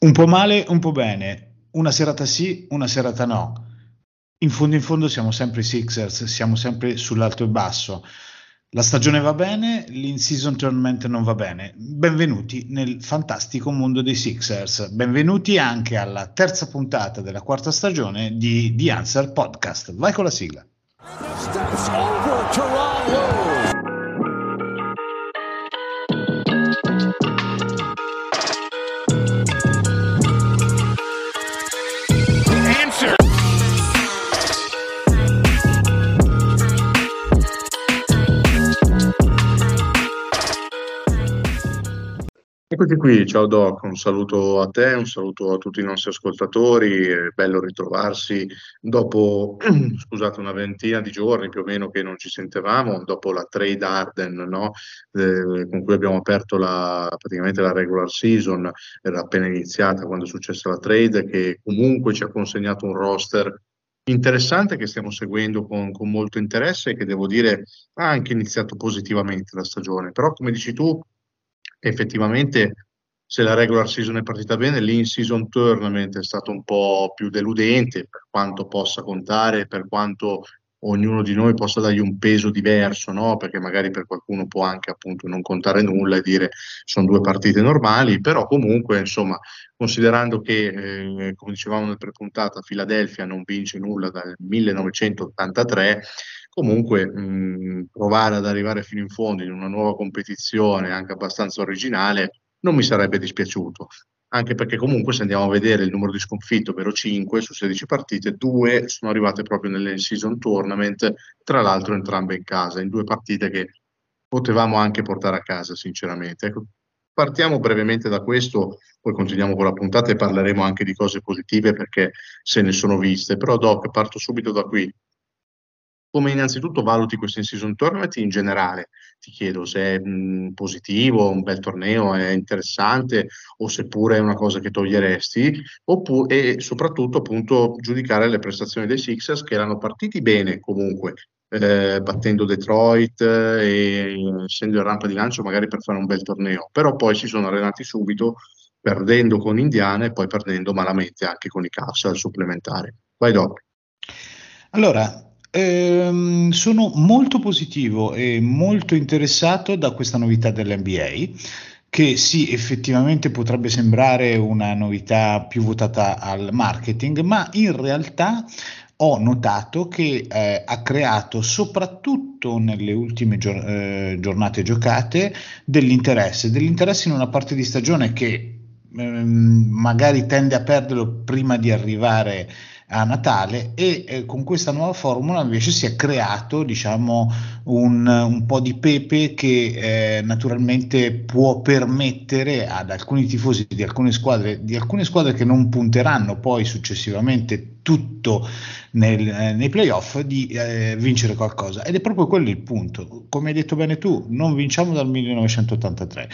Un po' male, un po' bene, una serata sì, una serata no. In fondo siamo sempre i Sixers, siamo sempre sull'alto e basso. La stagione va bene, l'in-season tournament non va bene. Benvenuti nel fantastico mondo dei Sixers. Benvenuti anche alla terza puntata della quarta stagione di The Answer Podcast. Vai con la sigla. Steps over Toronto. Eccoci qui, ciao Doc, un saluto a te, un saluto a tutti i nostri ascoltatori, è bello ritrovarsi dopo, scusate, una ventina di giorni più o meno che non ci sentivamo, dopo la trade Harden, no? Con cui abbiamo aperto praticamente la regular season, era appena iniziata quando è successa la trade, che comunque ci ha consegnato un roster interessante che stiamo seguendo con molto interesse e che devo dire ha anche iniziato positivamente la stagione, però come dici tu, effettivamente se la regular season è partita bene, l'in-season tournament è stato un po' più deludente per quanto possa contare, per quanto ognuno di noi possa dargli un peso diverso, no? Perché magari per qualcuno può anche appunto non contare nulla e dire sono due partite normali, però comunque insomma, considerando che come dicevamo nel pre-puntata, Philadelphia non vince nulla dal 1983. Comunque, provare ad arrivare fino in fondo in una nuova competizione, anche abbastanza originale, non mi sarebbe dispiaciuto. Anche perché comunque se andiamo a vedere il numero di sconfitte, ovvero 5 su 16 partite, 2 sono arrivate proprio nell'in-season tournament, tra l'altro entrambe in casa, in due partite che potevamo anche portare a casa, sinceramente. Ecco, partiamo brevemente da questo, poi continuiamo con la puntata e parleremo anche di cose positive perché se ne sono viste. Però Doc, parto subito da qui. Come innanzitutto valuti questo in-season tournament in generale? Ti chiedo se è positivo, un bel torneo, è interessante o seppure è una cosa che toglieresti, e soprattutto appunto giudicare le prestazioni dei Sixers che erano partiti bene comunque, battendo Detroit e essendo in rampa di lancio magari per fare un bel torneo, però poi si sono allenati subito perdendo con Indiana e poi perdendo malamente anche con i Cavs al supplementare. Vai dopo. Allora, sono molto positivo e molto interessato da questa novità dell'NBA, che sì, effettivamente potrebbe sembrare una novità più votata al marketing, ma in realtà ho notato che ha creato soprattutto nelle ultime giornate giocate dell'interesse in una parte di stagione che magari tende a perderlo prima di arrivare a Natale e con questa nuova formula invece si è creato, diciamo, un po' di pepe che naturalmente può permettere ad alcuni tifosi di alcune squadre che non punteranno poi successivamente tutto nei playoff di vincere qualcosa, ed è proprio quello il punto. Come hai detto bene tu, non vinciamo dal 1983.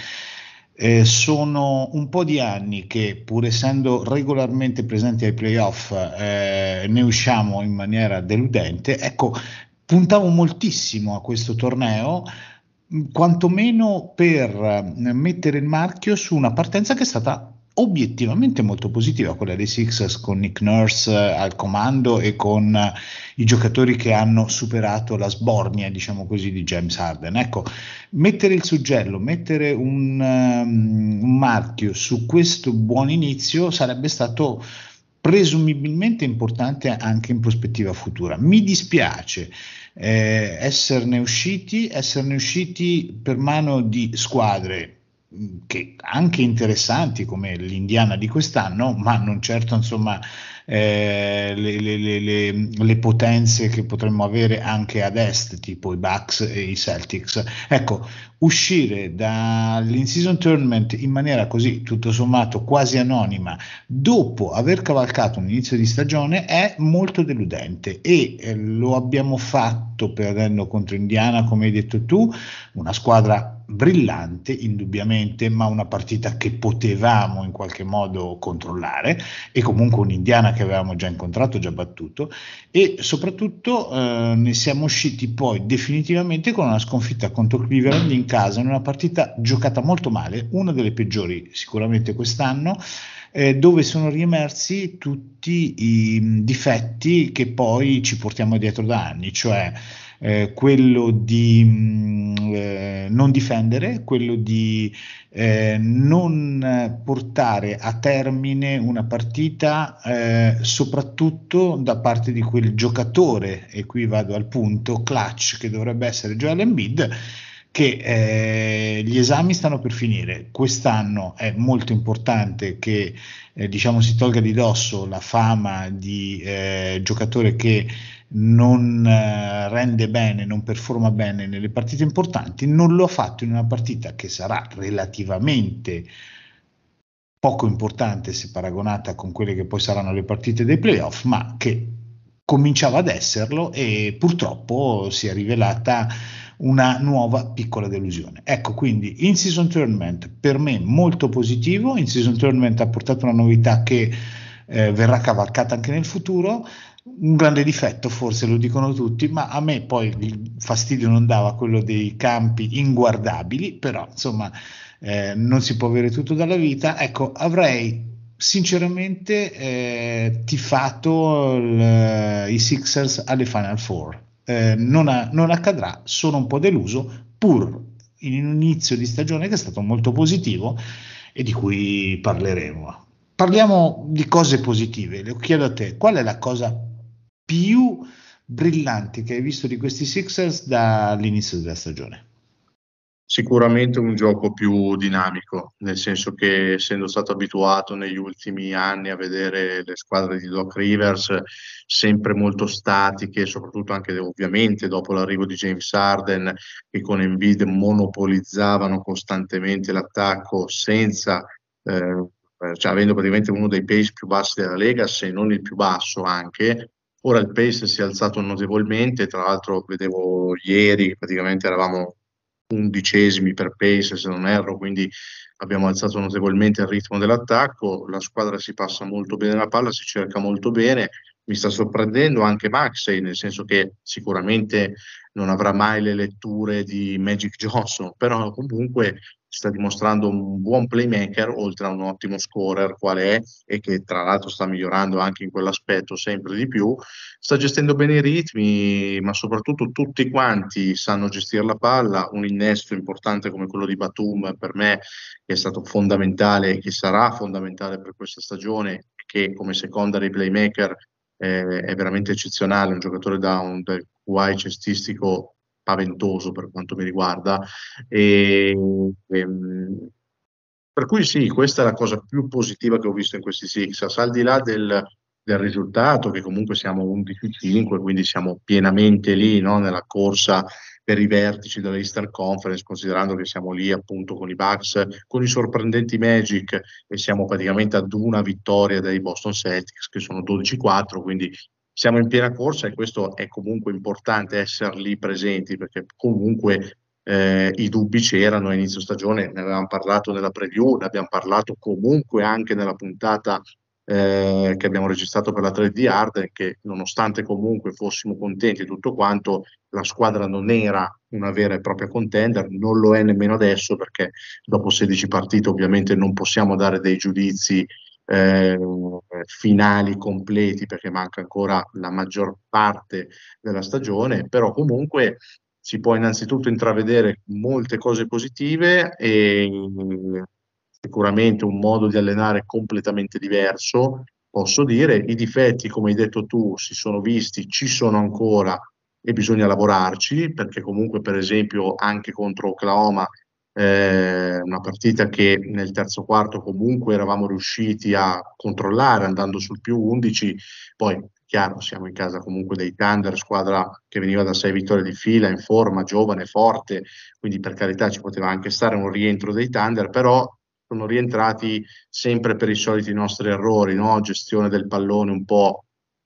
Sono un po' di anni che, pur essendo regolarmente presenti ai playoff, ne usciamo in maniera deludente. Ecco, puntavo moltissimo a questo torneo, quantomeno per mettere il marchio su una partenza che è stata obiettivamente molto positiva, quella dei Sixers con Nick Nurse al comando e con i giocatori che hanno superato la sbornia, diciamo così, di James Harden. Ecco, mettere il suggello, mettere un marchio su questo buon inizio sarebbe stato presumibilmente importante anche in prospettiva futura. Mi dispiace esserne usciti per mano di squadre che anche interessanti come l'Indiana di quest'anno, ma non certo insomma le potenze che potremmo avere anche ad est, tipo i Bucks e i Celtics. Ecco, uscire dall'in-season tournament in maniera così tutto sommato quasi anonima dopo aver cavalcato un inizio di stagione è molto deludente, e lo abbiamo fatto perdendo contro Indiana, come hai detto tu, una squadra brillante indubbiamente, ma una partita che potevamo in qualche modo controllare, e comunque un'Indiana che avevamo già incontrato, già battuto, e soprattutto ne siamo usciti poi definitivamente con una sconfitta contro Cleveland in casa, in una partita giocata molto male, una delle peggiori sicuramente quest'anno, dove sono riemersi tutti i difetti che poi ci portiamo dietro da anni, cioè quello di non difendere, quello di non portare a termine una partita, soprattutto da parte di quel giocatore, e qui vado al punto, clutch, che dovrebbe essere Joel Embiid, che gli esami stanno per finire. Quest'anno è molto importante che diciamo si tolga di dosso la fama di giocatore che non rende bene, non performa bene nelle partite importanti. Non lo ha fatto in una partita che sarà relativamente poco importante se paragonata con quelle che poi saranno le partite dei playoff, ma che cominciava ad esserlo, e purtroppo si è rivelata una nuova piccola delusione. Ecco, quindi in season tournament per me molto positivo. In season tournament ha portato una novità che verrà cavalcata anche nel futuro. Un grande difetto, forse lo dicono tutti, ma a me poi il fastidio non dava quello dei campi inguardabili, però insomma non si può avere tutto dalla vita. Ecco, avrei sinceramente tifato i Sixers alle Final Four. Non accadrà, sono un po' deluso, pur in un inizio di stagione che è stato molto positivo e di cui parleremo. Parliamo di cose positive. Le chiedo a te, qual è la cosa più brillante che hai visto di questi Sixers dall'inizio della stagione? Sicuramente un gioco più dinamico, nel senso che essendo stato abituato negli ultimi anni a vedere le squadre di Doc Rivers sempre molto statiche, soprattutto anche ovviamente dopo l'arrivo di James Harden, che con Embiid monopolizzavano costantemente l'attacco senza, cioè avendo praticamente uno dei pace più bassi della Lega, se non il più basso anche. Ora il pace si è alzato notevolmente, tra l'altro vedevo ieri che praticamente eravamo 11esimi per pace se non erro, quindi abbiamo alzato notevolmente il ritmo dell'attacco, la squadra si passa molto bene la palla, si cerca molto bene, mi sta sorprendendo anche Maxey, nel senso che sicuramente non avrà mai le letture di Magic Johnson, però comunque sta dimostrando un buon playmaker oltre a un ottimo scorer quale è, e che tra l'altro sta migliorando anche in quell'aspetto sempre di più. Sta gestendo bene i ritmi, ma soprattutto tutti quanti sanno gestire la palla. Un innesto importante come quello di Batum per me che è stato fondamentale e che sarà fondamentale per questa stagione, che come secondary playmaker è veramente eccezionale, un giocatore da un del QI cestistico paventoso per quanto mi riguarda. E, ehm, per cui sì, questa è la cosa più positiva che ho visto in questi Sixers, al di là del risultato, che comunque siamo 11-5, quindi siamo pienamente lì, no, nella corsa per i vertici della Eastern Conference, considerando che siamo lì appunto con i Bucks, con i sorprendenti Magic, e siamo praticamente ad una vittoria dai Boston Celtics, che sono 12-4, quindi siamo in piena corsa, e questo è comunque importante, essere lì presenti, perché comunque i dubbi c'erano a inizio stagione, ne avevamo parlato nella preview, ne abbiamo parlato comunque anche nella puntata che abbiamo registrato per la 3D Hard, che nonostante comunque fossimo contenti di tutto quanto, la squadra non era una vera e propria contender, non lo è nemmeno adesso, perché dopo 16 partite ovviamente non possiamo dare dei giudizi eh, finali completi, perché manca ancora la maggior parte della stagione, però comunque si può innanzitutto intravedere molte cose positive, e sicuramente un modo di allenare completamente diverso. Posso dire, i difetti, come hai detto tu, si sono visti, ci sono ancora e bisogna lavorarci, perché comunque per esempio anche contro Oklahoma, una partita che nel terzo quarto comunque eravamo riusciti a controllare andando sul più 11, poi chiaro siamo in casa comunque dei Thunder, squadra che veniva da 6 vittorie di fila, in forma, giovane, forte, quindi per carità ci poteva anche stare un rientro dei Thunder, però sono rientrati sempre per i soliti nostri errori, no? Gestione del pallone un po'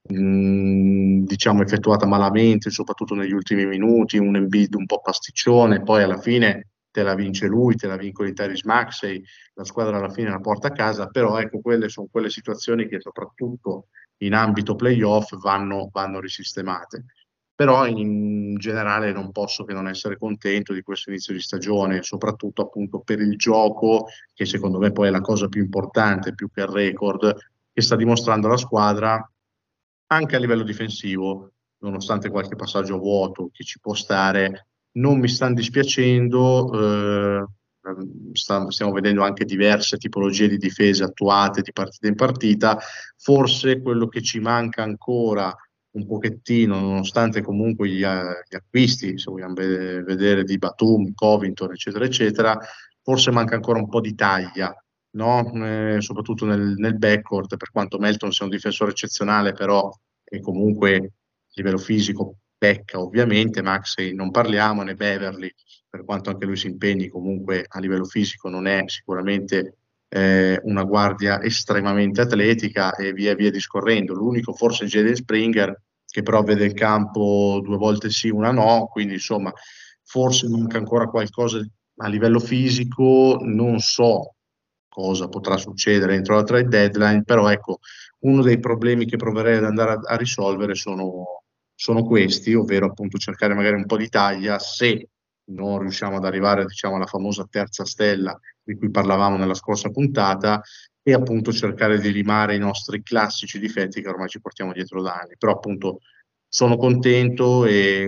diciamo effettuata malamente, soprattutto negli ultimi minuti, un Embiid un po' pasticcione, poi alla fine te la vince lui, te la vincono i Tyrese Maxey, la squadra alla fine la porta a casa, però ecco, quelle sono quelle situazioni che soprattutto in ambito playoff vanno risistemate. però in generale non posso che non essere contento di questo inizio di stagione, soprattutto appunto per il gioco, che secondo me poi è la cosa più importante, più che il record, che sta dimostrando la squadra anche a livello difensivo, nonostante qualche passaggio a vuoto che ci può stare, non mi stanno dispiacendo. Stiamo vedendo anche diverse tipologie di difese attuate di partita in partita. Forse quello che ci manca ancora un pochettino, nonostante comunque gli acquisti, se vogliamo vedere di Batum, Covington, eccetera, eccetera, forse manca ancora un po' di taglia, no? Soprattutto nel backcourt, per quanto Melton sia un difensore eccezionale, però che comunque a livello fisico pecca ovviamente. Maxey non parliamo, né Beverly, per quanto anche lui si impegni, comunque a livello fisico non è sicuramente una guardia estremamente atletica, e via via discorrendo. L'unico forse è Jaden Springer, che però vede il campo 2 volte sì, una no, quindi insomma forse manca ancora qualcosa a livello fisico. Non so cosa potrà succedere entro la trade deadline, però ecco, uno dei problemi che proverei ad andare a risolvere sono questi, ovvero appunto cercare magari un po' di taglia, se non riusciamo ad arrivare, diciamo, alla famosa terza stella di cui parlavamo nella scorsa puntata, e appunto cercare di limare i nostri classici difetti che ormai ci portiamo dietro da anni. Però appunto sono contento.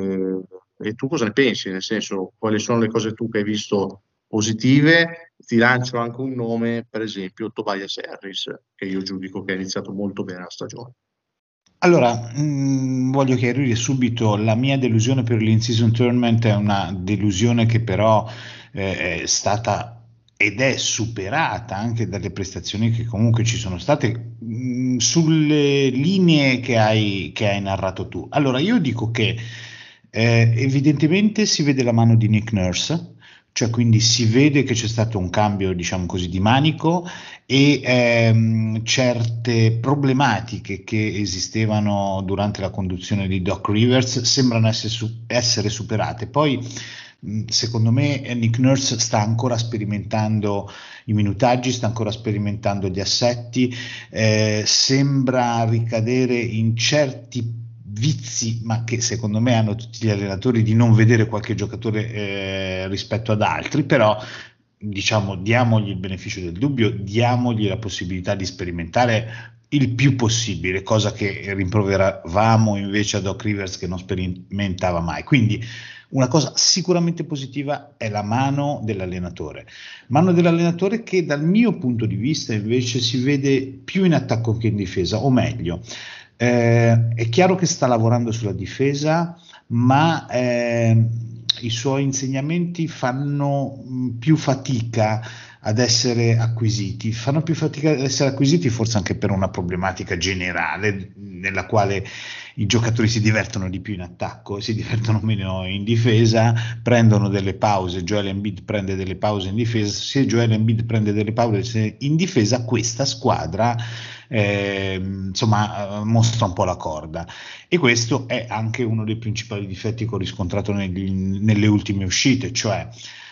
E tu cosa ne pensi? Nel senso, quali sono le cose tu che hai visto positive? Ti lancio anche un nome, per esempio Tobias Harris, che io giudico che ha iniziato molto bene la stagione. Allora, voglio chiarire subito, la mia delusione per l'in-season tournament è una delusione che però è stata ed è superata anche dalle prestazioni che comunque ci sono state sulle linee che hai narrato tu. Allora, io dico che evidentemente si vede la mano di Nick Nurse, cioè quindi si vede che c'è stato un cambio, diciamo così, di manico, e certe problematiche che esistevano durante la conduzione di Doc Rivers sembrano essere superate. Poi, secondo me, Nick Nurse sta ancora sperimentando i minutaggi, sta ancora sperimentando gli assetti, sembra ricadere in certi vizi, ma che secondo me hanno tutti gli allenatori, di non vedere qualche giocatore rispetto ad altri. Però diciamo diamogli il beneficio del dubbio, diamogli la possibilità di sperimentare il più possibile, cosa che rimproveravamo invece a Doc Rivers, che non sperimentava mai. Quindi una cosa sicuramente positiva è la mano dell'allenatore che dal mio punto di vista invece si vede più in attacco che in difesa, o meglio, è chiaro che sta lavorando sulla difesa, ma i suoi insegnamenti fanno più fatica ad essere acquisiti, forse anche per una problematica generale nella quale i giocatori si divertono di più in attacco, si divertono meno in difesa, prendono delle pause. Joel Embiid prende delle pause in difesa. Se Joel Embiid prende delle pause in difesa, questa squadra insomma mostra un po' la corda, e questo è anche uno dei principali difetti che ho riscontrato nelle ultime uscite, cioè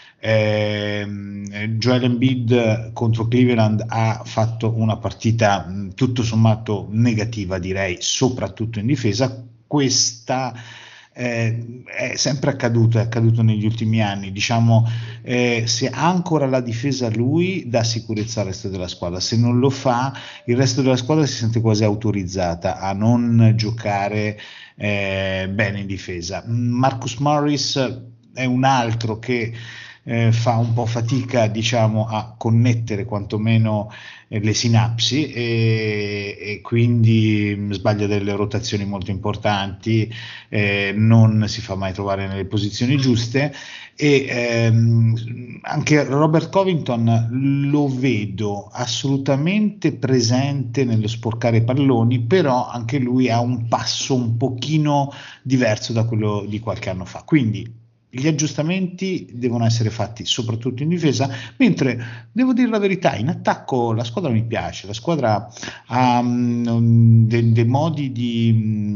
Joel Embiid contro Cleveland ha fatto una partita tutto sommato negativa, direi, soprattutto in difesa. Questa è sempre accaduto, è accaduto negli ultimi anni, diciamo. Se ha ancora la difesa lui, dà sicurezza al resto della squadra. Se non lo fa, il resto della squadra si sente quasi autorizzata a non giocare bene in difesa. Marcus Morris è un altro che fa un po' fatica, diciamo, a connettere quantomeno le sinapsi, e quindi sbaglia delle rotazioni molto importanti, non si fa mai trovare nelle posizioni giuste. E anche Robert Covington lo vedo assolutamente presente nello sporcare palloni, però anche lui ha un passo un pochino diverso da quello di qualche anno fa, quindi gli aggiustamenti devono essere fatti soprattutto in difesa, mentre devo dire la verità, in attacco la squadra mi piace, la squadra ha dei modi di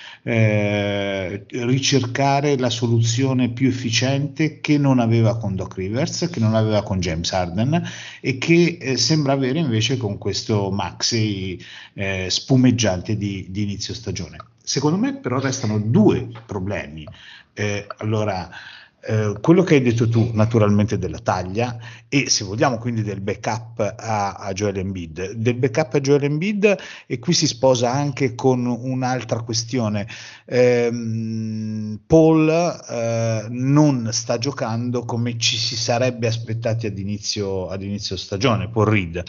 ricercare la soluzione più efficiente che non aveva con Doc Rivers, che non aveva con James Harden, e che sembra avere invece con questo Maxey spumeggiante di inizio stagione. secondo me però restano due problemi. Allora, quello che hai detto tu naturalmente della taglia, e se vogliamo quindi del backup a Joel Embiid, e qui si sposa anche con un'altra questione. Paul non sta giocando come ci si sarebbe aspettati ad inizio stagione, Paul Reed.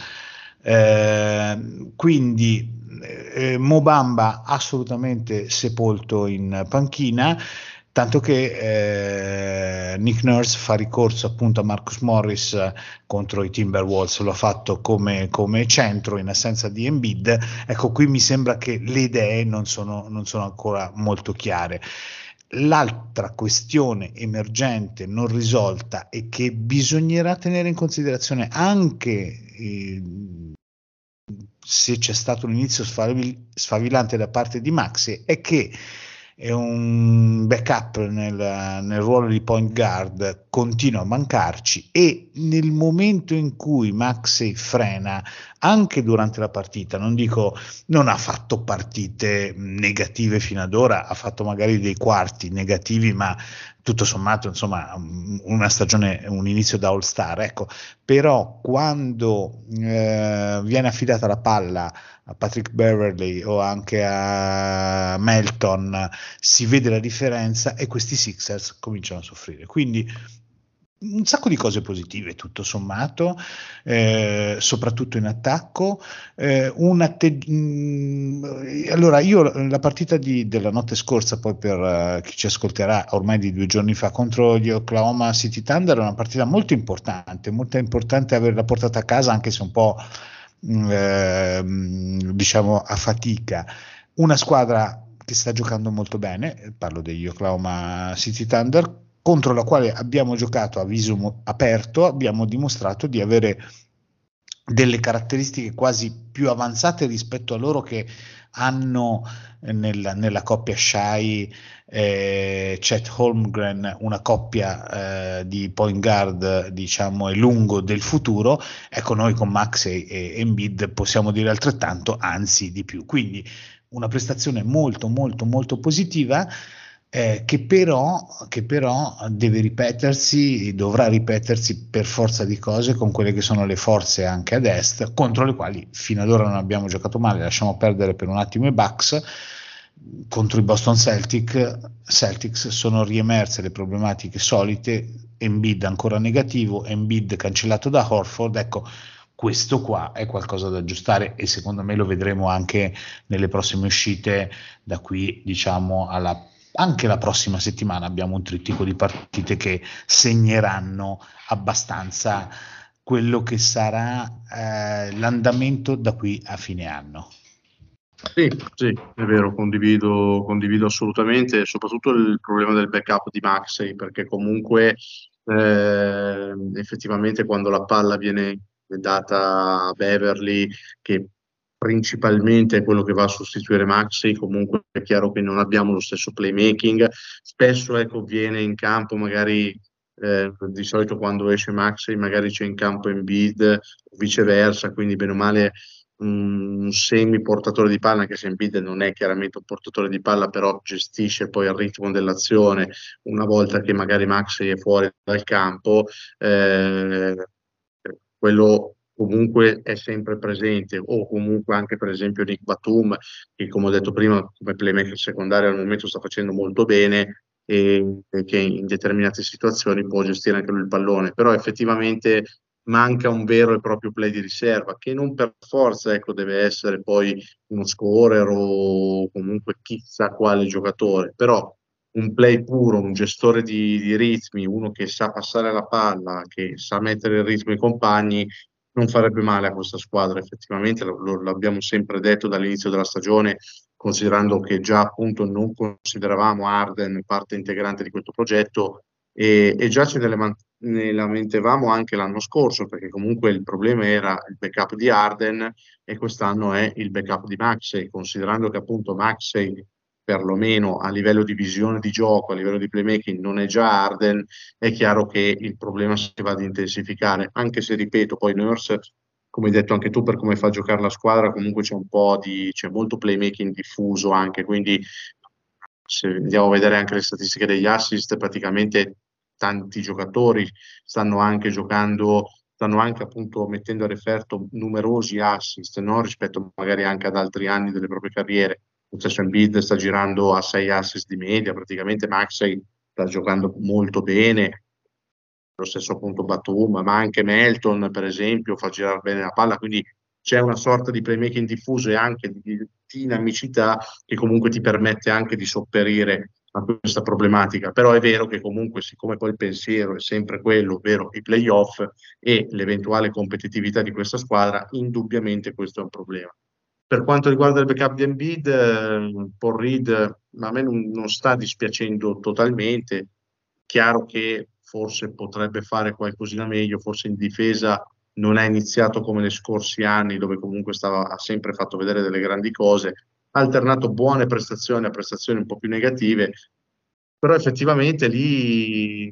Quindi Mo Bamba assolutamente sepolto in panchina, tanto che Nick Nurse fa ricorso appunto a Marcus Morris contro i Timberwolves, lo ha fatto come centro in assenza di Embiid. Ecco, qui mi sembra che le idee non sono ancora molto chiare. L'altra questione emergente non risolta e che bisognerà tenere in considerazione anche se c'è stato un inizio sfavillante da parte di Maxey, è che è un backup nel ruolo di point guard continua a mancarci, e nel momento in cui Maxey frena anche durante la partita, non dico, non ha fatto partite negative fino ad ora, ha fatto magari dei quarti negativi, ma tutto sommato insomma una stagione, un inizio da all star, ecco. Però quando viene affidata la palla a Patrick Beverley o anche a Melton, si vede la differenza e questi Sixers cominciano a soffrire. Quindi un sacco di cose positive tutto sommato, soprattutto in attacco. Allora, io la partita della notte scorsa, poi per chi ci ascolterà, ormai di 2 giorni fa, contro gli Oklahoma City Thunder, è una partita molto importante averla portata a casa, anche se un po' diciamo a fatica. Una squadra che sta giocando molto bene, parlo degli Oklahoma City Thunder, contro la quale abbiamo giocato a viso aperto, abbiamo dimostrato di avere delle caratteristiche quasi più avanzate rispetto a loro, che hanno nella coppia Shai Chet Holmgren, una coppia di point guard, diciamo, e lungo del futuro. Ecco, noi con Maxey e Embiid possiamo dire altrettanto, anzi di più. Quindi una prestazione molto molto molto positiva, che però dovrà ripetersi per forza di cose con quelle che sono le forze anche ad est, contro le quali fino ad ora non abbiamo giocato male. Lasciamo perdere per un attimo i Bucks. Contro i Boston Celtics sono riemerse le problematiche solite: Embiid ancora negativo, Embiid cancellato da Horford. Ecco, questo qua è qualcosa da aggiustare, e secondo me lo vedremo anche nelle prossime uscite, da qui diciamo anche la prossima settimana. Abbiamo un trittico di partite che segneranno abbastanza quello che sarà l'andamento da qui a fine anno. Sì, sì, è vero, condivido assolutamente, soprattutto il problema del backup di Maxey, perché comunque effettivamente quando la palla viene data a Beverly, che principalmente è quello che va a sostituire Maxey, comunque è chiaro che non abbiamo lo stesso playmaking. Spesso, ecco, viene in campo magari, di solito quando esce Maxey magari c'è in campo Embiid o viceversa, quindi bene o male un semi portatore di palla, anche se Embiid non è chiaramente un portatore di palla, però gestisce poi il ritmo dell'azione una volta che magari Maxey è fuori dal campo. Quello comunque è sempre presente, o comunque anche per esempio Nick Batum, che come ho detto prima come playmaker secondario al momento sta facendo molto bene, e che in determinate situazioni può gestire anche lui il pallone, però effettivamente manca un vero e proprio play di riserva, che non per forza, ecco, deve essere poi uno scorer o comunque chissà quale giocatore, però un play puro, un gestore di ritmi, uno che sa passare la palla, che sa mettere il ritmo ai compagni, non farebbe male a questa squadra. Effettivamente l'abbiamo sempre detto dall'inizio della stagione, considerando che già appunto non consideravamo Harden parte integrante di questo progetto, e già ne lamentavamo anche l'anno scorso, perché comunque il problema era il backup di Harden e quest'anno è il backup di Maxey, considerando che appunto Maxey perlomeno a livello di visione di gioco, a livello di playmaking non è già Harden, è chiaro che il problema si va ad intensificare, anche se ripeto, poi Nurse come hai detto anche tu, per come fa a giocare la squadra, comunque c'è molto playmaking diffuso anche, quindi se andiamo a vedere anche le statistiche degli assist, praticamente tanti giocatori stanno anche giocando, stanno anche appunto mettendo a referto numerosi assist, no? Rispetto magari anche ad altri anni delle proprie carriere. Lo stesso Embiid sta girando a 6 assist di media, praticamente Maxey sta giocando molto bene, lo stesso appunto Batum, ma anche Melton per esempio fa girare bene la palla, quindi c'è una sorta di playmaking diffuso e anche di dinamicità che comunque ti permette anche di sopperire a questa problematica. Però è vero che comunque, siccome poi il pensiero è sempre quello, ovvero i playoff e l'eventuale competitività di questa squadra, indubbiamente questo è un problema. Per quanto riguarda il backup di Embiid, Paul Reed a me non sta dispiacendo totalmente. Chiaro che forse potrebbe fare qualcosina meglio, forse in difesa non ha iniziato come nei scorsi anni, dove comunque ha sempre fatto vedere delle grandi cose, ha alternato buone prestazioni a prestazioni un po' più negative, però effettivamente lì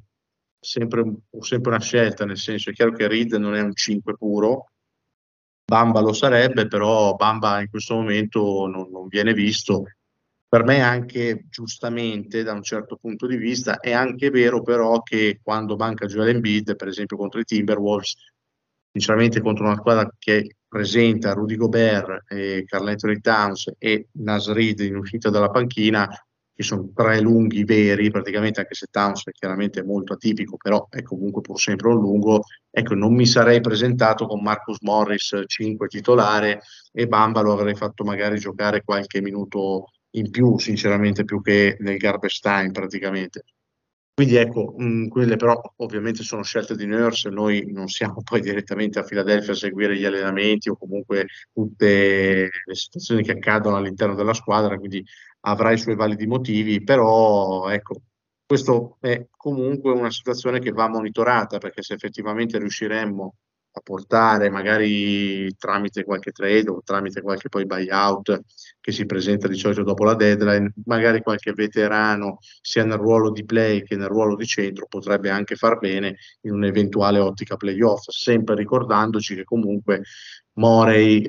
ho sempre una scelta, nel senso è chiaro che Reed non è un 5 puro, Bamba lo sarebbe, però Bamba in questo momento non viene visto. Per me anche giustamente da un certo punto di vista è anche vero però che quando manca Joel Embiid, per esempio contro i Timberwolves, sinceramente contro una squadra che presenta Rudy Gobert, Karl Anthony Towns e Naz Reid in uscita dalla panchina, che sono tre lunghi veri, praticamente anche se Towns è chiaramente molto atipico, però è comunque pur sempre un lungo, ecco, non mi sarei presentato con Marcus Morris 5 titolare e Bamba lo avrei fatto magari giocare qualche minuto in più, sinceramente, più che nel garbage time praticamente. Quindi ecco, quelle però ovviamente sono scelte di Nurse, noi non siamo poi direttamente a Filadelfia a seguire gli allenamenti o comunque tutte le situazioni che accadono all'interno della squadra, quindi avrà i suoi validi motivi, però ecco, questo è comunque una situazione che va monitorata perché se effettivamente riusciremmo a portare magari tramite qualche trade o tramite qualche poi buyout che si presenta di solito dopo la deadline, magari qualche veterano sia nel ruolo di play che nel ruolo di centro potrebbe anche far bene in un'eventuale ottica playoff, sempre ricordandoci che comunque Morey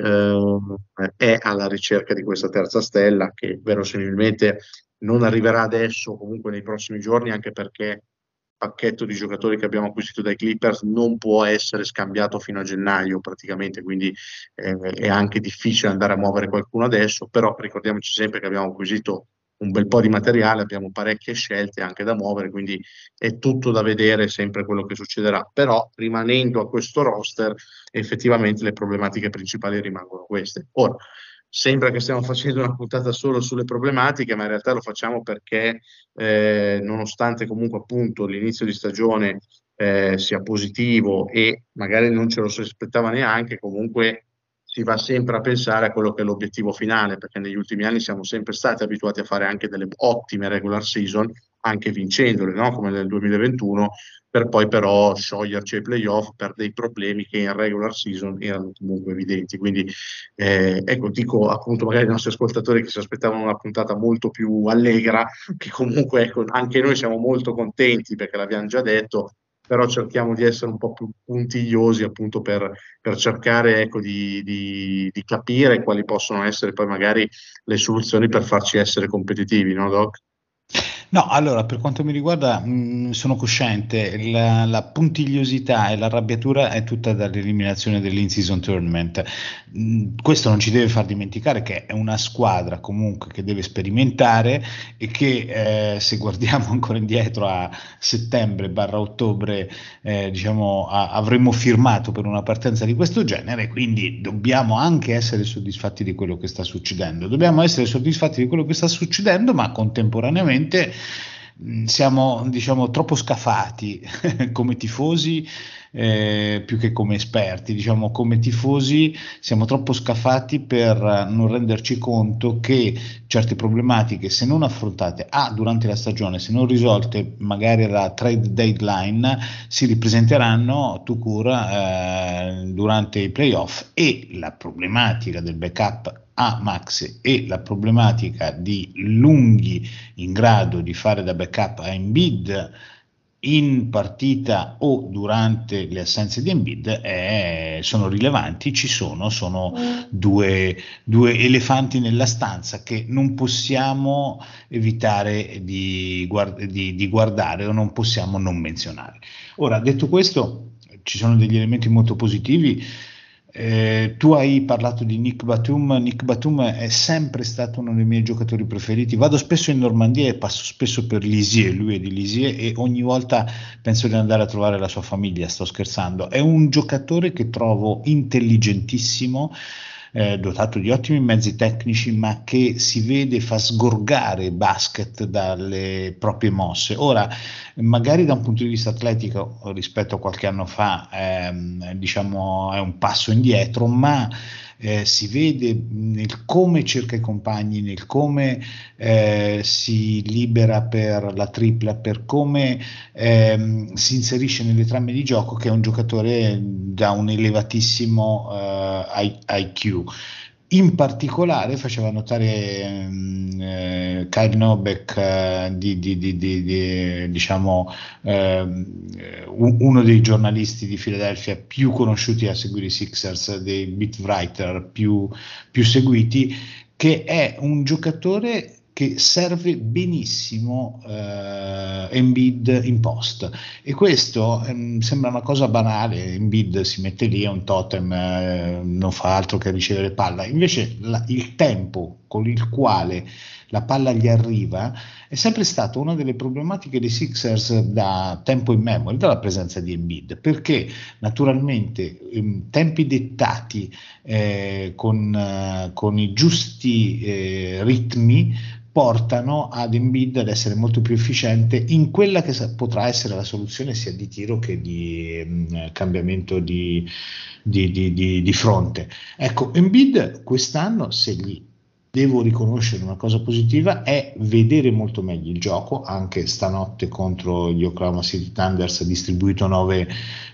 è alla ricerca di questa terza stella che verosimilmente non arriverà adesso, comunque nei prossimi giorni, anche perché il pacchetto di giocatori che abbiamo acquisito dai Clippers non può essere scambiato fino a gennaio praticamente, quindi è anche difficile andare a muovere qualcuno adesso, però ricordiamoci sempre che abbiamo acquisito un bel po' di materiale, abbiamo parecchie scelte anche da muovere, quindi è tutto da vedere sempre quello che succederà, però rimanendo a questo roster effettivamente le problematiche principali rimangono queste. Ora, sembra che stiamo facendo una puntata solo sulle problematiche, ma in realtà lo facciamo perché nonostante comunque appunto l'inizio di stagione sia positivo e magari non ce lo si aspettava neanche, comunque si va sempre a pensare a quello che è l'obiettivo finale, perché negli ultimi anni siamo sempre stati abituati a fare anche delle ottime regular season, anche vincendole, no? Come nel 2021, per poi però scioglierci ai playoff per dei problemi che in regular season erano comunque evidenti. Quindi ecco, dico appunto magari ai nostri ascoltatori che si aspettavano una puntata molto più allegra, che comunque ecco, anche noi siamo molto contenti perché l'abbiamo già detto, però cerchiamo di essere un po' più puntigliosi appunto per cercare ecco, di capire quali possono essere poi magari le soluzioni per farci essere competitivi, no Doc? No, allora, per quanto mi riguarda, sono cosciente, la puntigliosità e l'arrabbiatura è tutta dall'eliminazione dell'in-season tournament. Questo non ci deve far dimenticare che è una squadra comunque che deve sperimentare e che se guardiamo ancora indietro a settembre/ottobre, diciamo, avremmo firmato per una partenza di questo genere, quindi dobbiamo anche essere soddisfatti di quello che sta succedendo. Dobbiamo essere soddisfatti di quello che sta succedendo, ma contemporaneamente siamo, diciamo, troppo scafati come tifosi, più che come esperti, diciamo, come tifosi siamo troppo scafati per non renderci conto che certe problematiche, se non affrontate durante la stagione, se non risolte magari alla trade deadline, si ripresenteranno tout court durante i playoff, e la problematica del backup a Max e la problematica di lunghi in grado di fare da backup a Embiid in partita o durante le assenze di Embiid sono rilevanti, sono due elefanti nella stanza che non possiamo evitare di guardare o non possiamo non menzionare. Ora, detto questo, ci sono degli elementi molto positivi. Tu hai parlato di Nick Batum. Nick Batum è sempre stato uno dei miei giocatori preferiti. Vado spesso in Normandia e passo spesso per Lisieux, lui è di Lisieux, e ogni volta penso di andare a trovare la sua famiglia, sto scherzando. È un giocatore che trovo intelligentissimo, dotato di ottimi mezzi tecnici, ma che si vede fa sgorgare basket dalle proprie mosse. Ora, magari da un punto di vista atletico rispetto a qualche anno fa, diciamo è un passo indietro, ma si vede nel come cerca i compagni, nel come si libera per la tripla, per come si inserisce nelle tramme di gioco, che è un giocatore da un elevatissimo IQ. In particolare faceva notare Kyle Nobeck, diciamo, uno dei giornalisti di Philadelphia più conosciuti a seguire i Sixers, dei beat writer più seguiti, che è un giocatore che serve benissimo Embiid in post, e questo sembra una cosa banale. Embiid si mette lì, è un totem, non fa altro che ricevere palla, invece il tempo con il quale la palla gli arriva è sempre stata una delle problematiche dei Sixers da tempo immemore, dalla presenza di Embiid, perché naturalmente tempi dettati con i giusti ritmi portano ad Embiid ad essere molto più efficiente in quella che potrà essere la soluzione sia di tiro che di cambiamento di fronte. Ecco, Embiid quest'anno, se gli devo riconoscere una cosa positiva, è vedere molto meglio il gioco. Anche stanotte contro gli Oklahoma City Thunder ha distribuito 9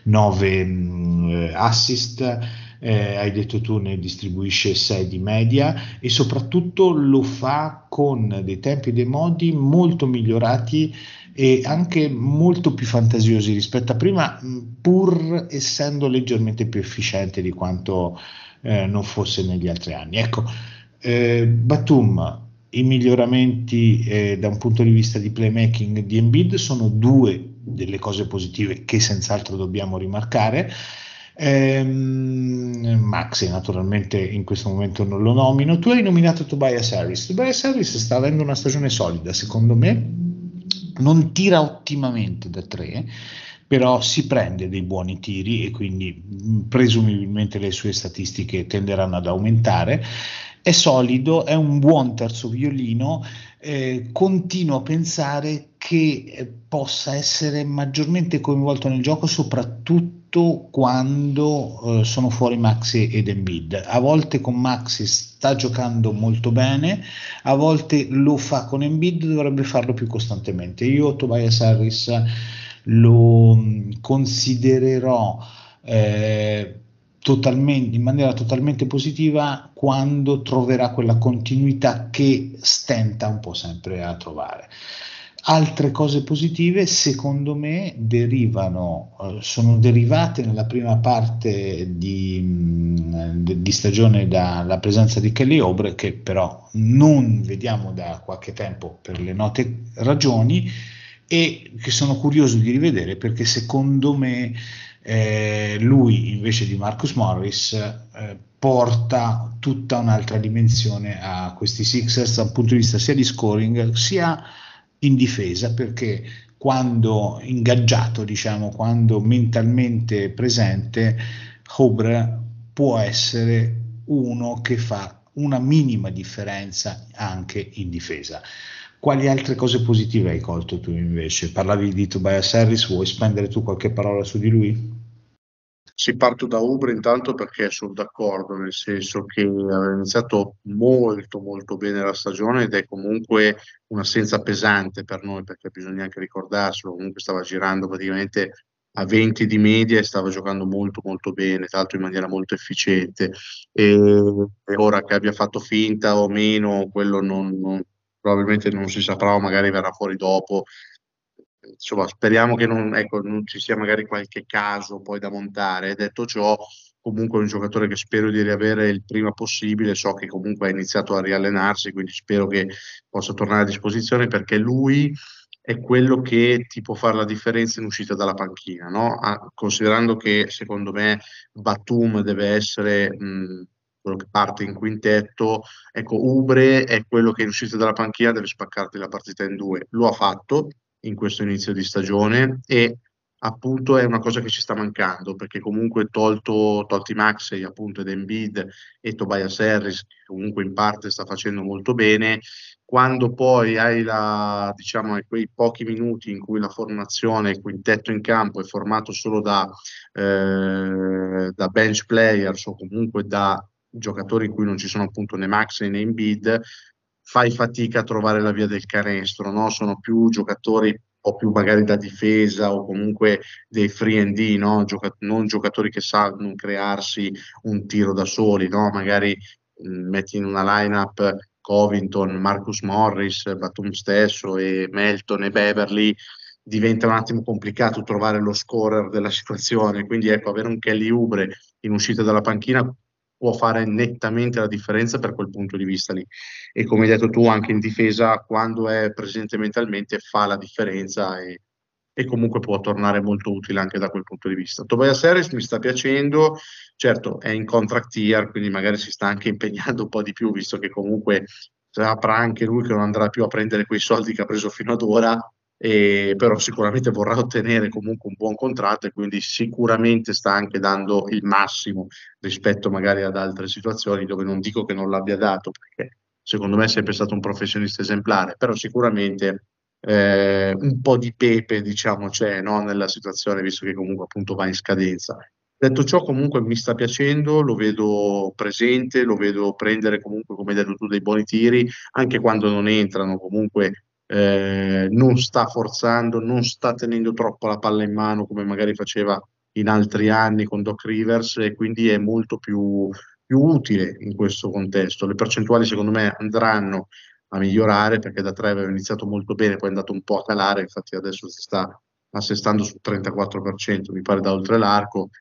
assist, hai detto tu, ne distribuisce 6 di media, e soprattutto lo fa con dei tempi e dei modi molto migliorati e anche molto più fantasiosi rispetto a prima, pur essendo leggermente più efficiente di quanto non fosse negli altri anni. Ecco, Batum, i miglioramenti da un punto di vista di playmaking di Embiid sono due delle cose positive che senz'altro dobbiamo rimarcare. Maxi naturalmente in questo momento non lo nomino. Tu hai nominato Tobias Harris. Tobias Harris sta avendo una stagione solida, secondo me. Non tira ottimamente da tre, però si prende dei buoni tiri e quindi presumibilmente le sue statistiche tenderanno ad aumentare. È solido, è un buon terzo violino. Continuo a pensare che possa essere maggiormente coinvolto nel gioco, soprattutto quando sono fuori Maxi ed Embiid. A volte con Maxi sta giocando molto bene, a volte lo fa con Embiid, dovrebbe farlo più costantemente. Io Tobias Harris lo considererò in maniera totalmente positiva quando troverà quella continuità che stenta un po' sempre a trovare. Altre cose positive, secondo me, sono derivate nella prima parte di stagione dalla presenza di Kelly Oubre, che però non vediamo da qualche tempo per le note ragioni, e che sono curioso di rivedere perché secondo me lui invece di Marcus Morris porta tutta un'altra dimensione a questi Sixers dal punto di vista sia di scoring sia in difesa, perché quando ingaggiato, diciamo, quando mentalmente presente, Oubre può essere uno che fa una minima differenza anche in difesa. Quali altre cose positive hai colto tu invece? Parlavi di Tobias Harris, vuoi spendere tu qualche parola su di lui? Si parto da Uber intanto perché sono d'accordo, nel senso che aveva iniziato molto molto bene la stagione ed è comunque un'assenza pesante per noi, perché bisogna anche ricordarselo, comunque stava girando praticamente a 20 di media e stava giocando molto molto bene, tra l'altro in maniera molto efficiente. E ora che abbia fatto finta o meno, quello probabilmente non si saprà, o magari verrà fuori dopo. insomma, speriamo che non ci sia magari qualche caso poi da montare. Detto ciò, comunque è un giocatore che spero di riavere il prima possibile. So che comunque ha iniziato a riallenarsi, quindi spero che possa tornare a disposizione, perché lui è quello che ti può fare la differenza in uscita dalla panchina, no? Considerando che secondo me Batum deve essere quello che parte in quintetto. Ecco, Ubre è quello che in uscita dalla panchina deve spaccarti la partita in due. Lo ha fatto in questo inizio di stagione e appunto è una cosa che ci sta mancando, perché comunque tolti Maxey appunto ed Embiid e Tobias Harris, che comunque in parte sta facendo molto bene, quando poi hai diciamo, quei pochi minuti in cui la formazione, il quintetto in campo è formato solo da bench players o comunque da giocatori in cui non ci sono appunto né Maxey né Embiid, fai fatica a trovare la via del canestro, no? Sono più giocatori un po' più magari da difesa o comunque dei free and D, no? Non giocatori che sanno crearsi un tiro da soli, no? Magari metti in una lineup Covington, Marcus Morris, Batum stesso e Melton e Beverly, diventa un attimo complicato trovare lo scorer della situazione. Quindi ecco, avere un Kelly Oubre in uscita dalla panchina può fare nettamente la differenza per quel punto di vista lì. E come hai detto tu, anche in difesa, quando è presente mentalmente, fa la differenza e comunque può tornare molto utile anche da quel punto di vista. Tobias Harris mi sta piacendo, certo è in contract year, quindi magari si sta anche impegnando un po' di più, visto che comunque saprà anche lui che non andrà più a prendere quei soldi che ha preso fino ad ora, però sicuramente vorrà ottenere comunque un buon contratto e quindi sicuramente sta anche dando il massimo rispetto magari ad altre situazioni dove non dico che non l'abbia dato, perché secondo me è sempre stato un professionista esemplare, però sicuramente un po' di pepe, diciamo, c'è, no, nella situazione, visto che comunque appunto va in scadenza. Detto ciò, comunque mi sta piacendo, lo vedo presente, lo vedo prendere comunque, come hai detto tu, dei buoni tiri, anche quando non entrano, comunque non sta forzando, non sta tenendo troppo la palla in mano come magari faceva in altri anni con Doc Rivers e quindi è molto più utile in questo contesto. Le percentuali secondo me andranno a migliorare perché da 3 aveva iniziato molto bene, poi è andato un po' a calare, infatti adesso si sta assestando sul 34%, mi pare da oltre l'arco,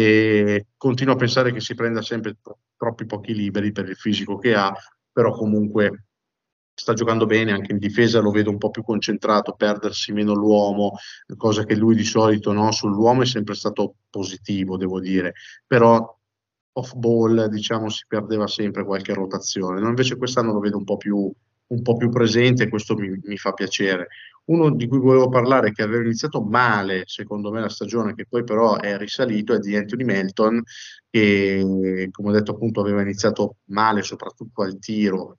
e continuo a pensare che si prenda sempre troppi pochi liberi per il fisico che ha, però comunque sta giocando bene, anche in difesa lo vedo un po' più concentrato, perdersi meno l'uomo, cosa che lui di solito no, sull'uomo è sempre stato positivo, devo dire, però off ball diciamo si perdeva sempre qualche rotazione, no? Invece quest'anno lo vedo un po' più presente e questo mi fa piacere. Uno di cui volevo parlare, che aveva iniziato male, secondo me, la stagione, che poi però è risalito, è di Anthony Melton, che, come ho detto, appunto, aveva iniziato male, soprattutto al tiro,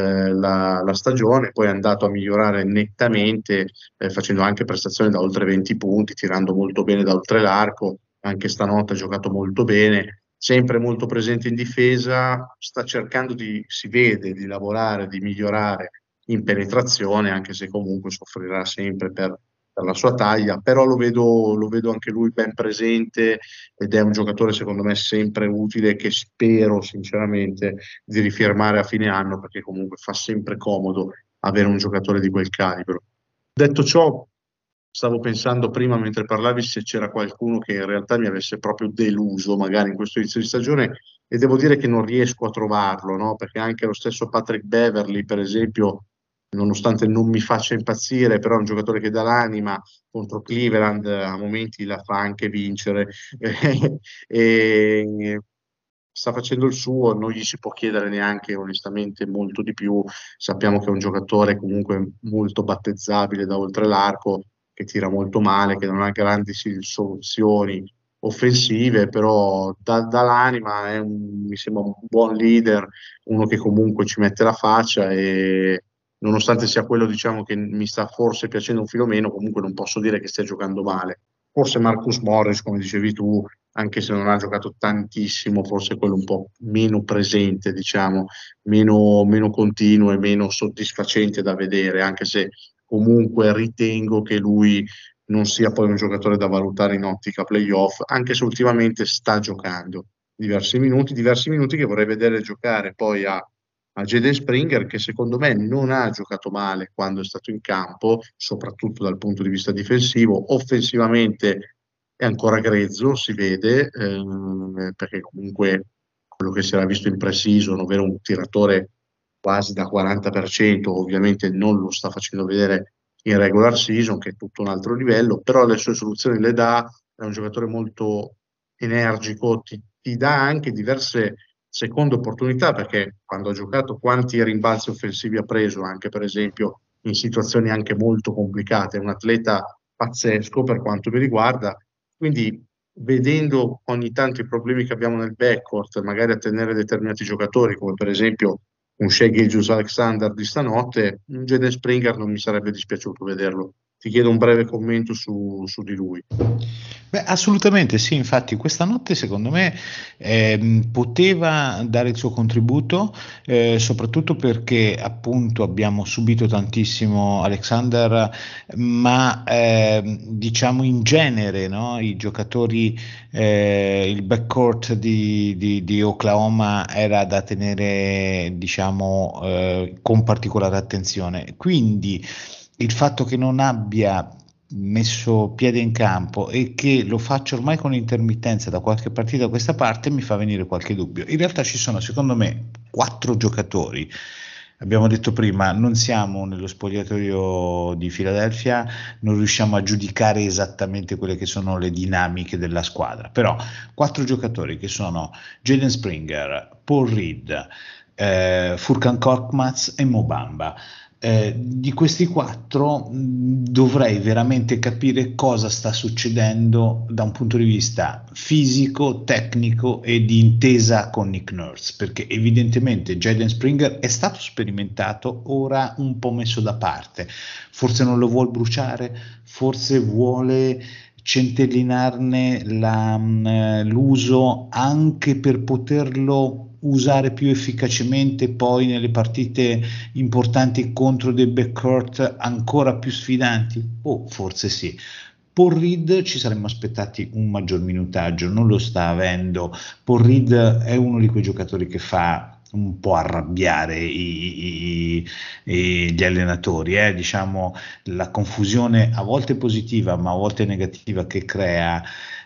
la stagione, poi è andato a migliorare nettamente, facendo anche prestazioni da oltre 20 punti, tirando molto bene da oltre l'arco, anche stanotte ha giocato molto bene, sempre molto presente in difesa, sta cercando si vede, di lavorare, di migliorare in penetrazione, anche se comunque soffrirà sempre per la sua taglia, però lo vedo anche lui ben presente ed è un giocatore secondo me sempre utile che spero sinceramente di rifirmare a fine anno perché comunque fa sempre comodo avere un giocatore di quel calibro. Detto ciò, stavo pensando prima mentre parlavi se c'era qualcuno che in realtà mi avesse proprio deluso magari in questo inizio di stagione e devo dire che non riesco a trovarlo, no? Perché anche lo stesso Patrick Beverly, per esempio, nonostante non mi faccia impazzire, però è un giocatore che dà l'anima contro Cleveland, a momenti la fa anche vincere e sta facendo il suo, non gli si può chiedere neanche onestamente molto di più, sappiamo che è un giocatore comunque molto battezzabile da oltre l'arco, che tira molto male, che non ha grandi soluzioni offensive, però dà l'anima, mi sembra un buon leader, uno che comunque ci mette la faccia e nonostante sia quello diciamo che mi sta forse piacendo un filo meno, comunque non posso dire che stia giocando male. Forse Marcus Morris, come dicevi tu, anche se non ha giocato tantissimo, forse quello un po' meno presente, diciamo, meno continuo e meno soddisfacente da vedere, anche se comunque ritengo che lui non sia poi un giocatore da valutare in ottica playoff, anche se ultimamente sta giocando diversi minuti che vorrei vedere giocare poi a a Jaden Springer, che secondo me non ha giocato male quando è stato in campo, soprattutto dal punto di vista difensivo. Offensivamente è ancora grezzo, si vede, perché comunque quello che si era visto in pre-season, ovvero un tiratore quasi da 40%, ovviamente non lo sta facendo vedere in regular season, che è tutto un altro livello, però le sue soluzioni le dà, è un giocatore molto energico, ti dà anche diverse seconde opportunità, perché quando ha giocato quanti rimbalzi offensivi ha preso, anche per esempio in situazioni anche molto complicate, è un atleta pazzesco per quanto mi riguarda, quindi vedendo ogni tanto i problemi che abbiamo nel backcourt, magari a tenere determinati giocatori, come per esempio un Shai Gilgeous-Alexander di stanotte, un Jaden Springer non mi sarebbe dispiaciuto vederlo. Ti chiedo un breve commento su di lui. Beh, assolutamente sì, infatti questa notte secondo me poteva dare il suo contributo, soprattutto perché appunto abbiamo subito tantissimo Alexander, ma diciamo in genere, no? I giocatori, il backcourt di Oklahoma era da tenere diciamo con particolare attenzione. Quindi il fatto che non abbia messo piede in campo e che lo faccio ormai con intermittenza da qualche partita a questa parte mi fa venire qualche dubbio. In realtà ci sono secondo me 4 giocatori. Abbiamo detto prima, non siamo nello spogliatoio di Philadelphia, non riusciamo a giudicare esattamente quelle che sono le dinamiche della squadra, però 4 giocatori che sono Jaden Springer, Paul Reed, Furkan Korkmaz e Mo Bamba. Di questi 4 dovrei veramente capire cosa sta succedendo da un punto di vista fisico, tecnico e di intesa con Nick Nurse, perché evidentemente Jaden Springer è stato sperimentato, ora un po' messo da parte, forse non lo vuol bruciare, forse vuole centellinarne l'uso anche per poterlo usare più efficacemente poi nelle partite importanti contro dei backcourt ancora più sfidanti? Oh, forse sì. Paul Reed ci saremmo aspettati un maggior minutaggio, non lo sta avendo. Paul Reed è uno di quei giocatori che fa un po' arrabbiare gli allenatori, diciamo la confusione a volte positiva ma a volte negativa che crea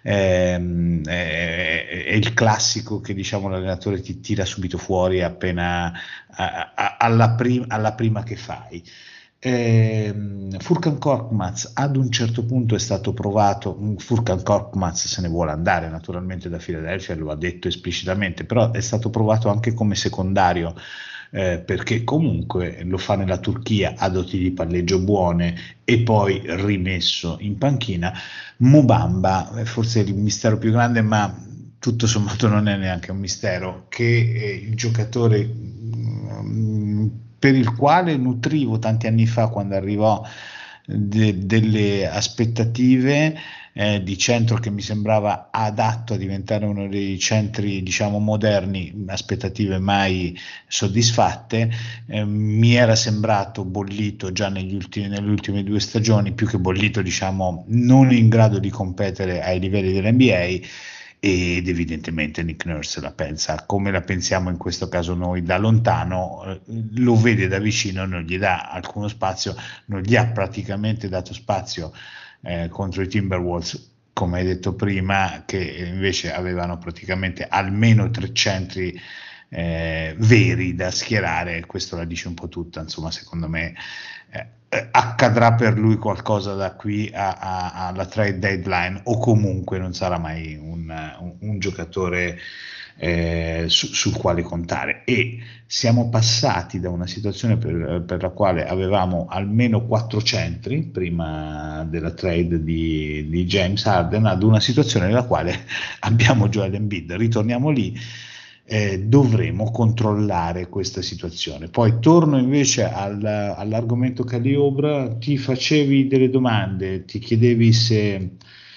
è il classico che diciamo l'allenatore ti tira subito fuori appena alla prima che fai. Furkan Korkmaz ad un certo punto è stato provato, Furkan Korkmaz se ne vuole andare naturalmente da Philadelphia, lo ha detto esplicitamente, però è stato provato anche come secondario, perché comunque lo fa nella Turchia, ha doti di palleggio buone e poi rimesso in panchina. Mo Bamba, forse il mistero più grande, ma tutto sommato non è neanche un mistero, che il giocatore per il quale nutrivo tanti anni fa quando arrivò delle aspettative di centro che mi sembrava adatto a diventare uno dei centri diciamo moderni, aspettative mai soddisfatte, mi era sembrato bollito già nelle ultime 2 stagioni, più che bollito diciamo non in grado di competere ai livelli dell'NBA, ed evidentemente Nick Nurse la pensa come la pensiamo in questo caso noi da lontano, lo vede da vicino, non gli dà alcuno spazio, non gli ha praticamente dato spazio contro i Timberwolves, come hai detto prima, che invece avevano praticamente almeno 3 centri veri da schierare. Questo la dice un po' tutta, insomma, secondo me accadrà per lui qualcosa da qui alla trade deadline, o comunque non sarà mai un giocatore sul quale contare. E siamo passati da una situazione per la quale avevamo almeno 4 centri prima della trade di James Harden ad una situazione nella quale abbiamo Joel Embiid. Ritorniamo lì. Dovremo controllare questa situazione. Poi torno invece all'argomento Caliobra, ti facevi delle domande, ti chiedevi se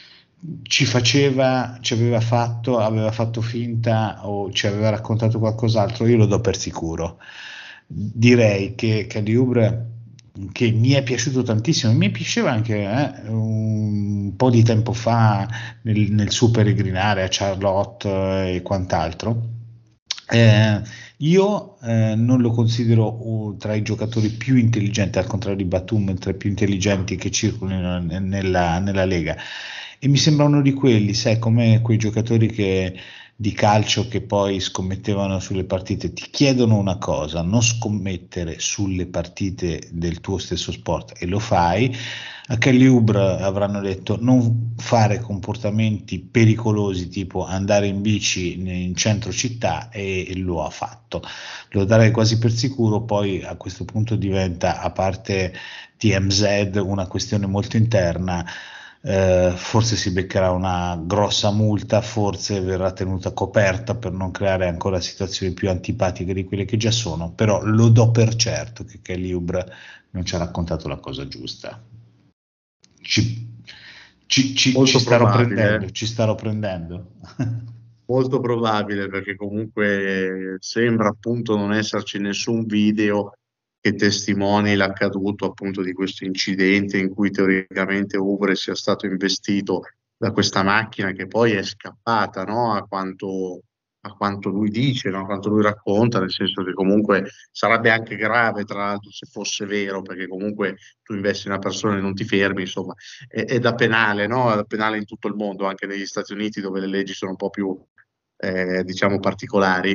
aveva fatto finta o ci aveva raccontato qualcos'altro. Io lo do per sicuro. Direi che Caliobra, che mi è piaciuto tantissimo, mi piaceva anche un po' di tempo fa nel suo peregrinare a Charlotte e quant'altro. Io non lo considero tra i giocatori più intelligenti, al contrario di Batum, tra i più intelligenti che circolino nella Lega. E mi sembra uno di quelli, sai, come quei giocatori di calcio che poi scommettevano sulle partite. Ti chiedono una cosa: non scommettere sulle partite del tuo stesso sport, e lo fai. A Kelly Oubre avranno detto non fare comportamenti pericolosi tipo andare in bici in centro città, e lo ha fatto. Lo darei quasi per sicuro. Poi a questo punto diventa, a parte TMZ, una questione molto interna. Forse si beccherà una grossa multa, forse verrà tenuta coperta per non creare ancora situazioni più antipatiche di quelle che già sono, però lo do per certo che Kelly Oubre non ci ha raccontato la cosa giusta. Ci, ci Molto starò probabile, prendendo, ci starò prendendo. molto probabile, perché comunque sembra appunto non esserci nessun video che testimoni l'accaduto appunto di questo incidente in cui teoricamente Ubre sia stato investito da questa macchina che poi è scappata, no? A quanto lui dice, no? A quanto lui racconta, nel senso che comunque sarebbe anche grave, tra l'altro, se fosse vero, perché comunque tu investi in una persona e non ti fermi, insomma, è da penale, no? È da penale in tutto il mondo, anche negli Stati Uniti, dove le leggi sono un po' più, diciamo, particolari.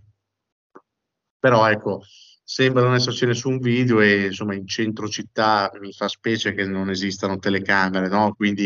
Però ecco, sembra non esserci nessun video e insomma in centro città mi fa specie che non esistano telecamere, no? Quindi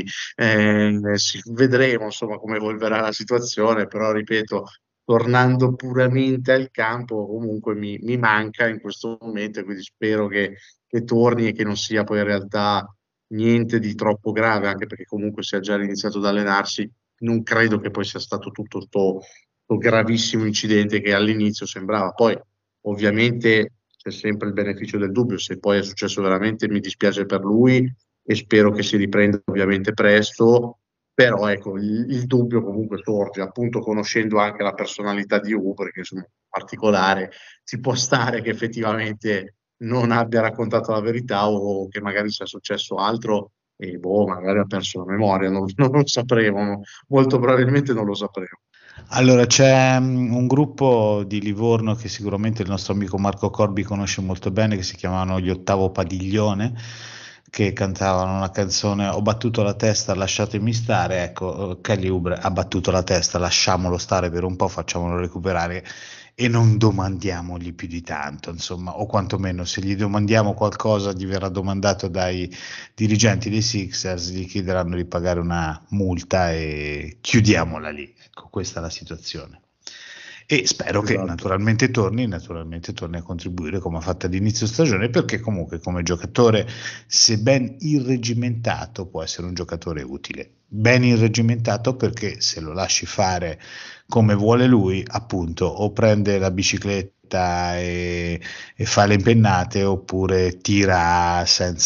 vedremo insomma come evolverà la situazione, però ripeto, tornando puramente al campo, comunque mi manca in questo momento, e quindi spero che torni e che non sia poi in realtà niente di troppo grave, anche perché comunque se ha già iniziato ad allenarsi, non credo che poi sia stato tutto sto gravissimo incidente che all'inizio sembrava. Poi ovviamente c'è sempre il beneficio del dubbio, se poi è successo veramente mi dispiace per lui e spero che si riprenda ovviamente presto, però ecco, il dubbio comunque sorge, appunto conoscendo anche la personalità di Uber, che insomma particolare, ci può stare che effettivamente non abbia raccontato la verità o che magari sia successo altro e boh, magari ha perso la memoria, non lo sapremo, molto probabilmente non lo sapremo. Allora, c'è un gruppo di Livorno che sicuramente il nostro amico Marco Corbi conosce molto bene, che si chiamavano Gli Ottavo Padiglione, che cantavano una canzone: Ho battuto la testa, lasciatemi stare. Ecco, Kelly Oubre ha battuto la testa, lasciamolo stare per un po', facciamolo recuperare e non domandiamogli più di tanto, insomma, o quantomeno se gli domandiamo qualcosa gli verrà domandato dai dirigenti dei Sixers, gli chiederanno di pagare una multa e chiudiamola lì. Ecco, questa è la situazione. E spero che Esatto. naturalmente torni a contribuire come ha fatto all'inizio stagione, perché comunque come giocatore, se ben irregimentato, può essere un giocatore utile. Ben irregimentato perché se lo lasci fare come vuole lui, appunto, o prende la bicicletta e fa le impennate, oppure tira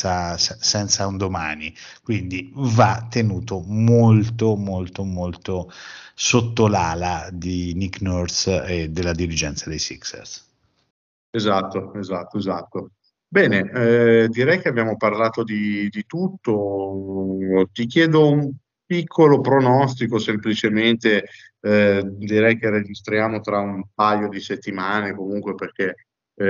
senza un domani. Quindi va tenuto molto, molto, molto sotto l'ala di Nick Nurse e della dirigenza dei Sixers. Esatto, esatto, esatto. Bene, direi che abbiamo parlato di tutto. Ti chiedo un piccolo pronostico, semplicemente, direi che registriamo tra un paio di settimane, comunque perché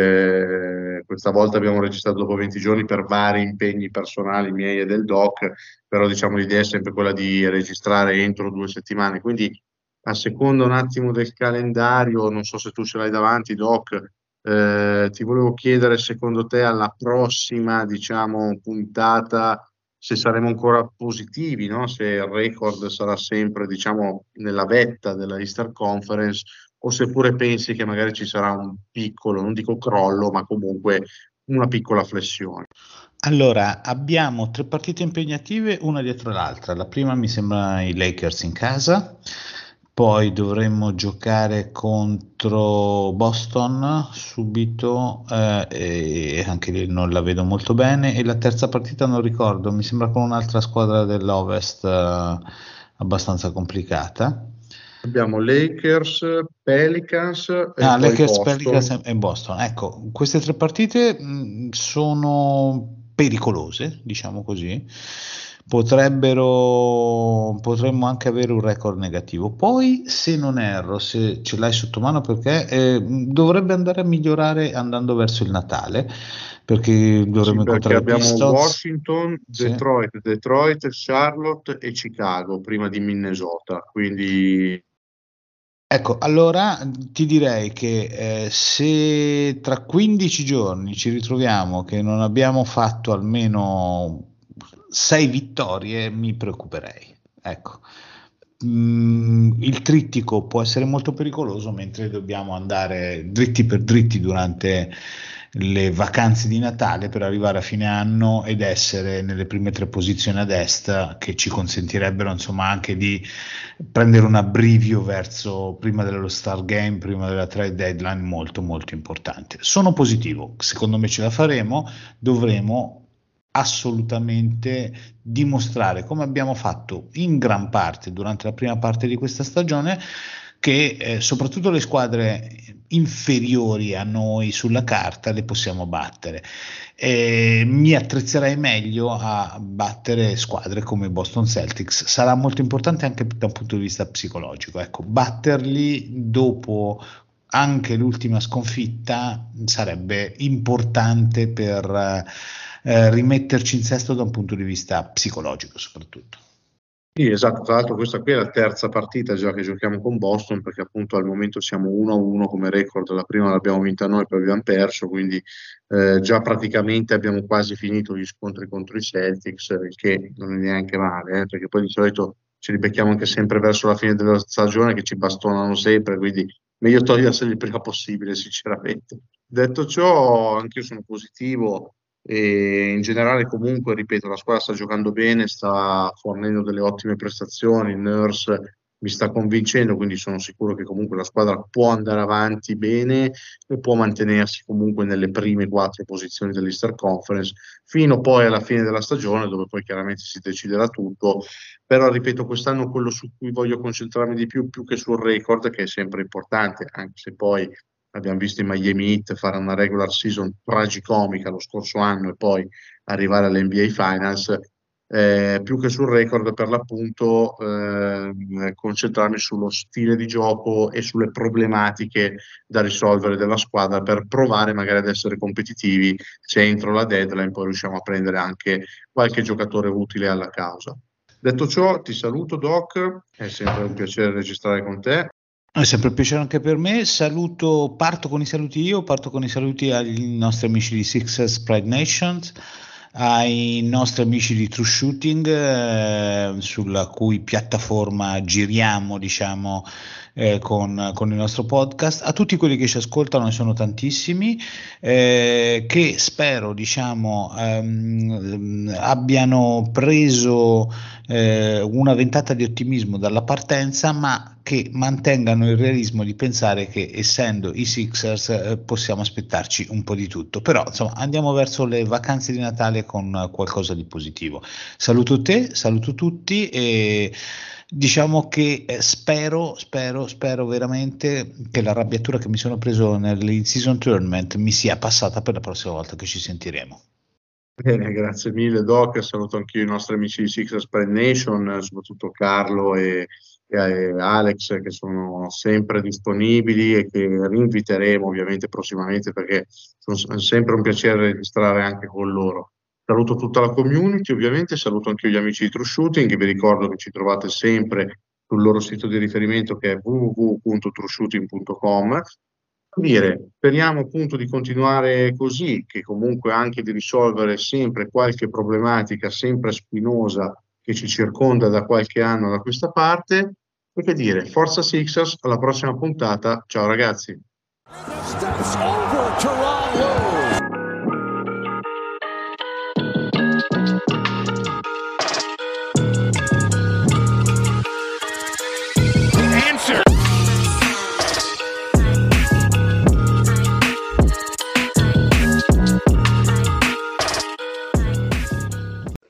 questa volta abbiamo registrato dopo 20 giorni per vari impegni personali miei e del doc, però diciamo l'idea è sempre quella di registrare entro 2 settimane. Quindi a seconda un attimo del calendario, non so se tu ce l'hai davanti, doc. Ti volevo chiedere, secondo te, alla prossima, diciamo, puntata, se saremo ancora positivi, no? Se il record sarà sempre, diciamo, nella vetta della Easter Conference, o seppure pensi che magari ci sarà un piccolo, non dico crollo, ma comunque una piccola flessione. Allora, abbiamo 3 partite impegnative una dietro l'altra. La prima mi sembra i Lakers in casa, poi dovremmo giocare contro Boston subito, e anche lì non la vedo molto bene. E la terza partita non ricordo, mi sembra con un'altra squadra dell'Ovest, abbastanza complicata. Abbiamo Lakers, Pelicans e Ah, poi Lakers, Pelicans Boston. e Boston. Ecco, queste 3 partite sono pericolose, diciamo così, potremmo anche avere un record negativo. Poi, se non erro, se ce l'hai sotto mano, perché dovrebbe andare a migliorare andando verso il Natale, perché dovremmo Sì, perché incontrare i abbiamo Pistons. Washington, Sì. Detroit, Charlotte e Chicago prima di Minnesota, quindi Ecco, allora ti direi che se tra 15 giorni ci ritroviamo che non abbiamo fatto almeno 6 vittorie, mi preoccuperei. Ecco. Il trittico può essere molto pericoloso, mentre dobbiamo andare dritti per dritti durante le vacanze di Natale per arrivare a fine anno ed essere nelle prime 3 posizioni a est, che ci consentirebbero insomma anche di prendere un abbrivio verso prima dello Star Game, prima della trade deadline, molto molto importante. Sono positivo, secondo me ce la faremo, dovremo assolutamente dimostrare, come abbiamo fatto in gran parte durante la prima parte di questa stagione, che soprattutto le squadre inferiori a noi sulla carta le possiamo battere. Mi attrezzerei meglio a battere squadre come i Boston Celtics. Sarà molto importante anche da un punto di vista psicologico. Ecco, batterli dopo anche l'ultima sconfitta sarebbe importante per rimetterci in sesto da un punto di vista psicologico, soprattutto. sì, esatto. Tra l'altro questa qui è la terza partita già che giochiamo con Boston, perché appunto al momento siamo 1-1 come record, la prima l'abbiamo vinta noi, poi abbiamo perso, quindi già praticamente abbiamo quasi finito gli scontri contro i Celtics, il che non è neanche male, perché poi di solito ci ribecchiamo anche sempre verso la fine della stagione, che ci bastonano sempre, quindi meglio toglierseli il prima possibile, sinceramente. Detto ciò, anche io sono positivo. E in generale comunque, ripeto, la squadra sta giocando bene, sta fornendo delle ottime prestazioni, il Nurse mi sta convincendo, quindi sono sicuro che comunque la squadra può andare avanti bene e può mantenersi comunque nelle prime 4 posizioni dell'Eastern Conference fino poi alla fine della stagione, dove poi chiaramente si deciderà tutto. Però ripeto, quest'anno quello su cui voglio concentrarmi di più che sul record, che è sempre importante, anche se poi abbiamo visto i Miami Heat fare una regular season tragicomica lo scorso anno e poi arrivare all'NBA Finals, più che sul record per l'appunto, concentrarmi sullo stile di gioco e sulle problematiche da risolvere della squadra per provare magari ad essere competitivi se entro la deadline poi riusciamo a prendere anche qualche giocatore utile alla causa. Detto ciò, ti saluto Doc, è sempre un piacere registrare con te. È sempre un piacere anche per me. Parto con i saluti io, parto con i saluti ai nostri amici di Sixers Pride Nations, ai nostri amici di True Shooting, sulla cui piattaforma giriamo, diciamo, con il nostro podcast, a tutti quelli che ci ascoltano, ne sono tantissimi, che spero, diciamo, abbiano preso una ventata di ottimismo dalla partenza, ma che mantengano il realismo di pensare che, essendo i Sixers, possiamo aspettarci un po' di tutto. Però insomma andiamo verso le vacanze di Natale con qualcosa di positivo. Saluto te, saluto tutti e diciamo che spero veramente che l'arrabbiatura che mi sono preso nell'in-season tournament mi sia passata per la prossima volta che ci sentiremo. Bene, grazie mille Doc, saluto anche i nostri amici di Sixers Pride Nation, soprattutto Carlo e Alex, che sono sempre disponibili e che rinviteremo ovviamente prossimamente, perché sono sempre un piacere registrare anche con loro. Saluto tutta la community, ovviamente saluto anche gli amici di True Shooting, vi ricordo che ci trovate sempre sul loro sito di riferimento, che è www.trueshooting.com. Speriamo appunto di continuare così, che comunque anche di risolvere sempre qualche problematica sempre spinosa che ci circonda da qualche anno da questa parte. E che dire, forza Sixers, alla prossima puntata, ciao ragazzi. Steps over Tyronn Lue.